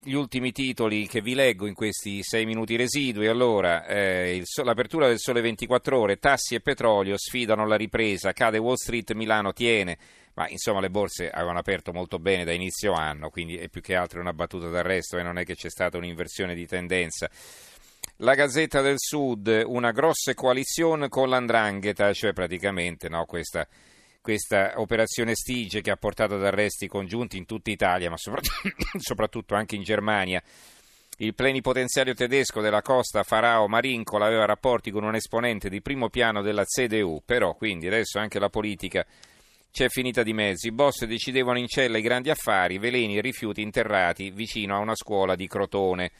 gli ultimi titoli che vi leggo in questi 6 minuti residui. Allora, l'apertura del Sole 24 Ore, tassi e petrolio sfidano la ripresa, cade Wall Street, Milano tiene, ma insomma le borse avevano aperto molto bene da inizio anno, quindi è più che altro una battuta d'arresto e non è che c'è stata un'inversione di tendenza. La Gazzetta del Sud, una grossa coalizione con l''ndrangheta, cioè praticamente no, questa operazione Stige che ha portato ad arresti congiunti in tutta Italia, ma soprattutto anche in Germania. Il plenipotenziario tedesco della Costa, Pharao Marinkola, aveva rapporti con un esponente di primo piano della CDU, però quindi adesso anche la politica c'è finita di mezzo. I boss decidevano in cella i grandi affari, veleni e rifiuti interrati vicino a una scuola di Crotone.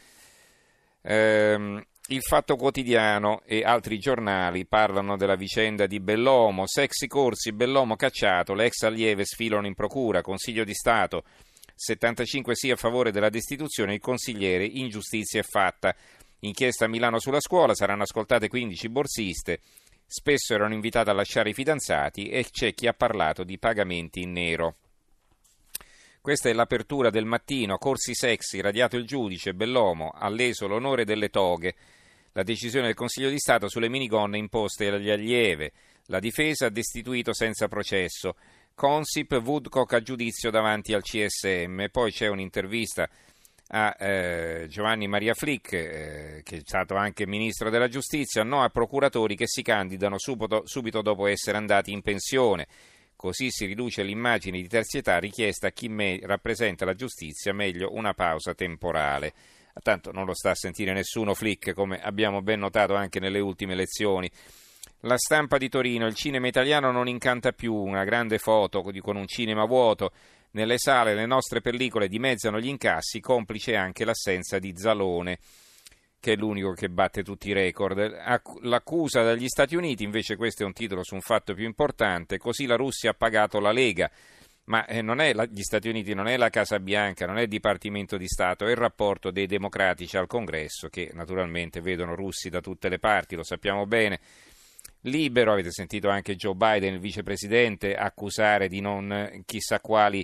Il Fatto Quotidiano e altri giornali parlano della vicenda di Bellomo, sexy corsi, Bellomo cacciato, le ex allieve sfilano in procura, Consiglio di Stato, 75 sì a favore della destituzione, il consigliere, ingiustizia è fatta. Inchiesta a Milano sulla scuola, saranno ascoltate 15 borsiste, spesso erano invitate a lasciare i fidanzati e c'è chi ha parlato di pagamenti in nero. Questa è l'apertura del Mattino, corsi sexy, radiato il giudice, Bellomo ha leso l'onore delle toghe. La decisione del Consiglio di Stato sulle minigonne imposte agli allieve. La difesa ha destituito senza processo. Consip, Woodcock a giudizio davanti al CSM. Poi c'è un'intervista a Giovanni Maria Flick, che è stato anche ministro della giustizia, no a procuratori che si candidano subito dopo essere andati in pensione. Così si riduce l'immagine di terzietà richiesta a chi rappresenta la giustizia, meglio una pausa temporale. Tanto non lo sta a sentire nessuno Flick, come abbiamo ben notato anche nelle ultime elezioni. La Stampa di Torino, il cinema italiano non incanta più, una grande foto con un cinema vuoto. Nelle sale le nostre pellicole dimezzano gli incassi, complice anche l'assenza di Zalone, che è l'unico che batte tutti i record. L'accusa dagli Stati Uniti, invece questo è un titolo su un fatto più importante, così la Russia ha pagato la Lega. Ma non è gli Stati Uniti, non è la Casa Bianca, non è il Dipartimento di Stato, è il rapporto dei democratici al Congresso che naturalmente vedono russi da tutte le parti, lo sappiamo bene. Libero, avete sentito anche Joe Biden, il vicepresidente, accusare di non chissà quali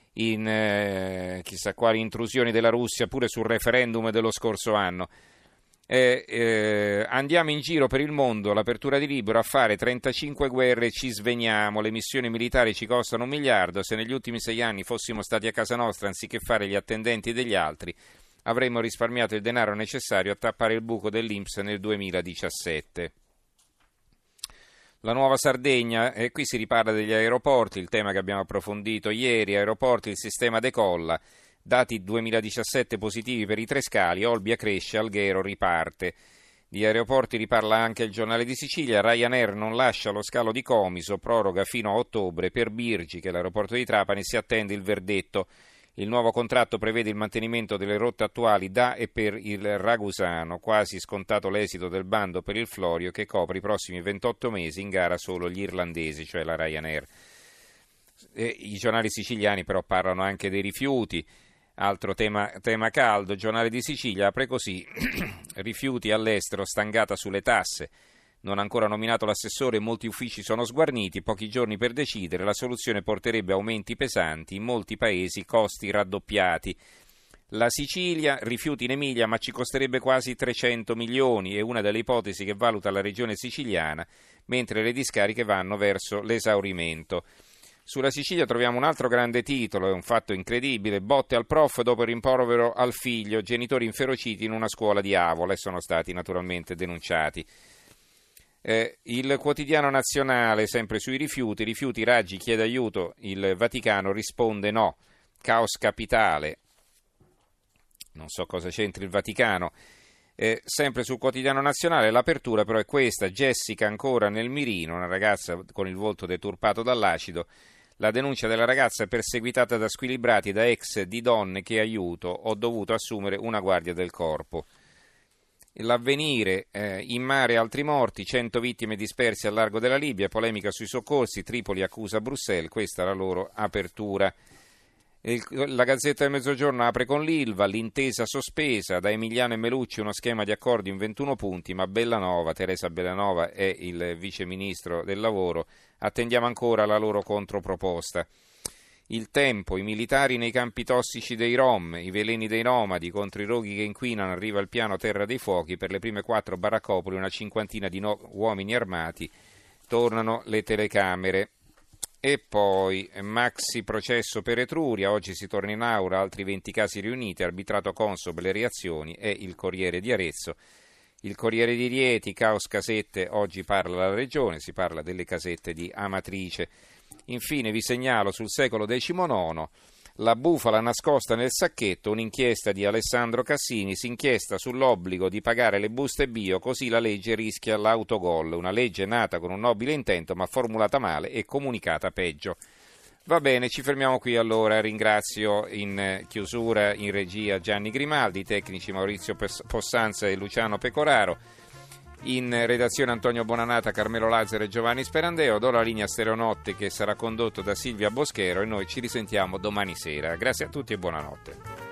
intrusioni della Russia pure sul referendum dello scorso anno. Andiamo in giro per il mondo, l'apertura di Libero, a fare 35 guerre e ci sveniamo, le missioni militari ci costano 1 miliardo, se negli ultimi 6 anni fossimo stati a casa nostra anziché fare gli attendenti degli altri avremmo risparmiato il denaro necessario a tappare il buco dell'INPS nel 2017. La Nuova Sardegna, e qui si riparla degli aeroporti, il tema che abbiamo approfondito ieri, aeroporti, il sistema decolla. Dati 2017 positivi per i Trescali, Olbia cresce, Alghero riparte. Di aeroporti riparla anche il Giornale di Sicilia, Ryanair non lascia lo scalo di Comiso, proroga fino a ottobre, per Birgi, che è l'aeroporto di Trapani, si attende il verdetto. Il nuovo contratto prevede il mantenimento delle rotte attuali da e per il Ragusano, quasi scontato l'esito del bando per il Florio che copre i prossimi 28 mesi, in gara solo gli irlandesi, cioè la Ryanair. I giornali siciliani però parlano anche dei rifiuti. Altro tema caldo, Giornale di Sicilia apre così, rifiuti all'estero, stangata sulle tasse, non ancora nominato l'assessore, molti uffici sono sguarniti, pochi giorni per decidere, la soluzione porterebbe aumenti pesanti, in molti paesi costi raddoppiati. La Sicilia, rifiuti in Emilia, ma ci costerebbe quasi 300 milioni, è una delle ipotesi che valuta la regione siciliana, mentre le discariche vanno verso l'esaurimento. Sulla Sicilia troviamo un altro grande titolo, è un fatto incredibile, botte al prof dopo il rimprovero al figlio, genitori inferociti in una scuola di Avola e sono stati naturalmente denunciati. Il Quotidiano Nazionale, sempre sui rifiuti, Raggi chiede aiuto, il Vaticano risponde no, caos capitale, non so cosa c'entri il Vaticano. Sempre sul Quotidiano Nazionale l'apertura però è questa, Jessica ancora nel mirino, una ragazza con il volto deturpato dall'acido. La denuncia della ragazza perseguitata da squilibrati da ex di donne che aiuto, ho dovuto assumere una guardia del corpo. L'Avvenire, in mare altri morti, 100 vittime disperse al largo della Libia, polemica sui soccorsi, Tripoli accusa Bruxelles, questa è la loro apertura. La Gazzetta del Mezzogiorno apre con l'Ilva, l'intesa sospesa, da Emiliano e Melucci uno schema di accordo in 21 punti, ma Teresa Bellanova è il vice ministro del lavoro, attendiamo ancora la loro controproposta. Il Tempo, i militari nei campi tossici dei Rom, i veleni dei nomadi contro i roghi che inquinano, arriva il piano Terra dei Fuochi, per le prime 4 baraccopoli una cinquantina di uomini armati, tornano le telecamere. E poi maxi processo per Etruria, oggi si torna in aula, altri 20 casi riuniti, arbitrato Consob, le reazioni e il Corriere di Arezzo. Il Corriere di Rieti, caos casette, oggi parla la Regione, si parla delle casette di Amatrice. Infine vi segnalo sul secolo XIX, la bufala nascosta nel sacchetto, un'inchiesta di Alessandro Cassini, si inchiesta sull'obbligo di pagare le buste bio, così la legge rischia l'autogol, una legge nata con un nobile intento ma formulata male e comunicata peggio. Va bene, ci fermiamo qui allora, ringrazio in chiusura in regia Gianni Grimaldi, i tecnici Maurizio Possanza e Luciano Pecoraro. In redazione Antonio Bonanata, Carmelo Lazzaro e Giovanni Sperandeo. Do la linea Stereonotte che sarà condotto da Silvia Boschero e noi ci risentiamo domani sera. Grazie a tutti e buonanotte.